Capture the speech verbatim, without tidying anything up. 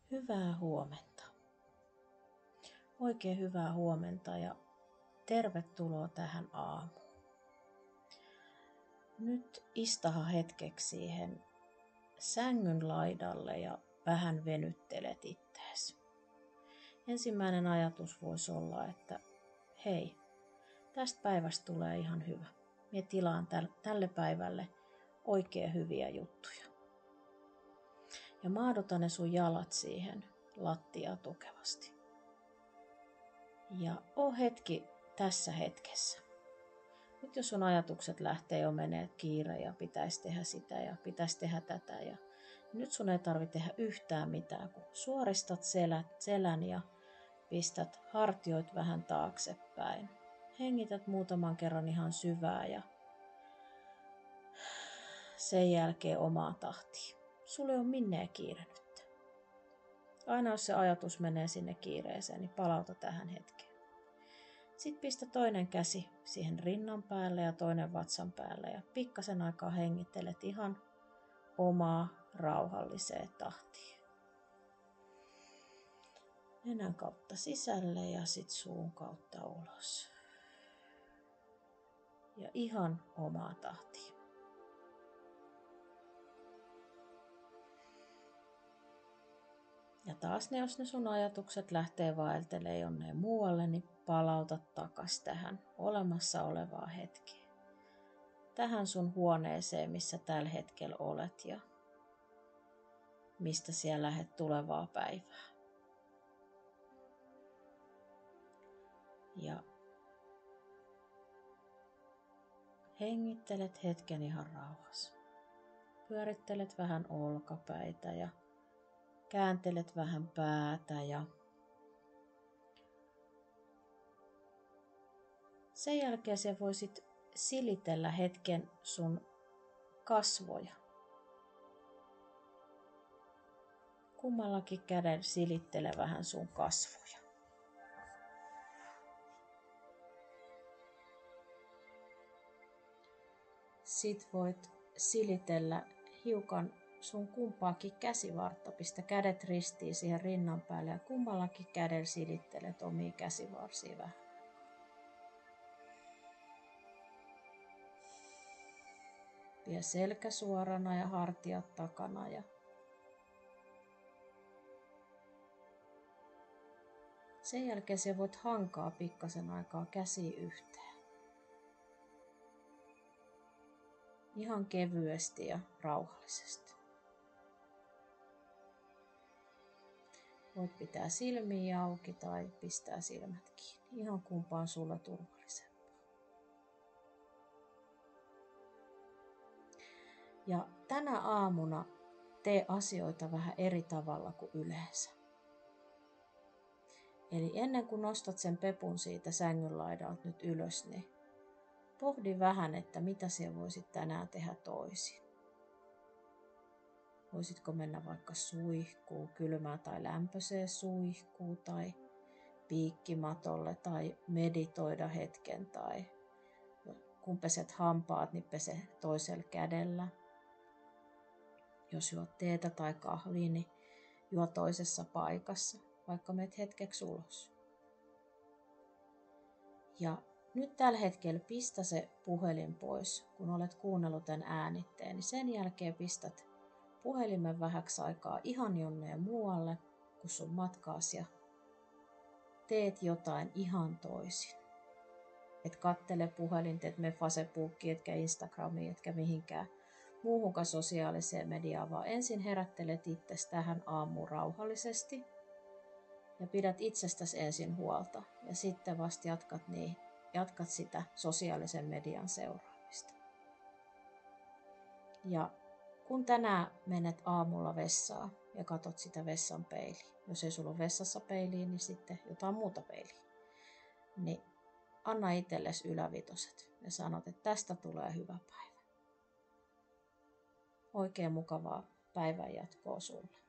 Hyvää huomenta. Oikein hyvää huomenta ja tervetuloa tähän aamuun. Nyt istaha hetkeksi siihen sängyn laidalle ja vähän venyttelet ittees. Ensimmäinen ajatus voisi olla, että hei, tästä päivästä tulee ihan hyvä. Mie tilaan tälle päivälle oikein hyviä juttuja. Ja maadotan ne sun jalat siihen lattiaa tukevasti. Ja oo hetki tässä hetkessä. Nyt jos sun ajatukset lähtee jo menee kiire ja pitäisi tehdä sitä ja pitäisi tehdä tätä. Ja nyt sun ei tarvitse tehdä yhtään mitään, kun suoristat selät, selän ja pistät hartioit vähän taaksepäin. Hengität muutaman kerran ihan syvää ja sen jälkeen omaa tahtiin. Sulle on minneen kiire nyt. Aina jos se ajatus menee sinne kiireeseen, niin palauta tähän hetkeen. Sitten pistä toinen käsi siihen rinnan päälle ja toinen vatsan päälle ja pikkasen aikaa hengittelet ihan omaa rauhalliseen tahtiin. Nenän kautta sisälle ja sitten suun kautta ulos. Ja ihan omaa tahtiin. Ja taas ne, jos ne sun ajatukset lähtee vaeltelee jonneen muualle, niin palauta takas tähän olemassa olevaan hetkeen. Tähän sun huoneeseen, missä tällä hetkellä olet ja mistä siellä lähdet tulevaa päivää. Ja hengittelet hetken ihan rauhassa. Pyörittelet vähän olkapäitä ja kääntelet vähän päätä ja sen jälkeen sä voisit silitellä hetken sun kasvoja. Kummallakin kädellä silittele vähän sun kasvoja. Sit voit silitellä hiukan sun kumpaakin käsivartta. Pistä kädet ristiin siihen rinnan päälle ja kummallakin kädellä silittelet omia käsivarsia vähän. Pidä selkä suorana ja hartiat takana. Ja sen jälkeen sä voit hankaa pikkasen aikaa käsi yhteen. Ihan kevyesti ja rauhallisesti. Voit pitää silmiä auki tai pistää silmät kiinni. Ihan kumpaan sulla turvallisempaa. Ja tänä aamuna tee asioita vähän eri tavalla kuin yleensä. Eli ennen kuin nostat sen pepun siitä sängyn laidalta nyt ylös, niin pohdi vähän, että mitä sinä voisit tänään tehdä toisin. Voisitko mennä vaikka suihkuun, kylmään tai lämpöiseen suihkuun tai piikkimatolle tai meditoida hetken tai kun peset hampaat, niin pese toisella kädellä. Jos juot teetä tai kahvia, niin juo toisessa paikassa, vaikka menet hetkeksi ulos. Ja nyt tällä hetkellä pistä se puhelin pois, kun olet kuunnellut tämän äänitteen, niin sen jälkeen pistät puhelimen vähäksi aikaa ihan jonneen muualle kuin sun matkaas ja teet jotain ihan toisin. Et kattele puhelinta, et mene Facebookiin, etkä Instagramiin, etkä mihinkään muuhunkaan sosiaaliseen mediaan, vaan ensin herättelet itsesi tähän aamuun rauhallisesti ja pidät itsestäsi ensin huolta ja sitten vasta jatkat, niin, jatkat sitä sosiaalisen median seuraamista. Ja kun tänään menet aamulla vessaan ja katot sitä vessan peiliä, jos ei sulla ole vessassa peiliä, niin sitten jotain muuta peiliä, niin anna itsellesi ylävitoset ja sanot, että tästä tulee hyvä päivä. Oikein mukavaa päivän jatkoa sulle.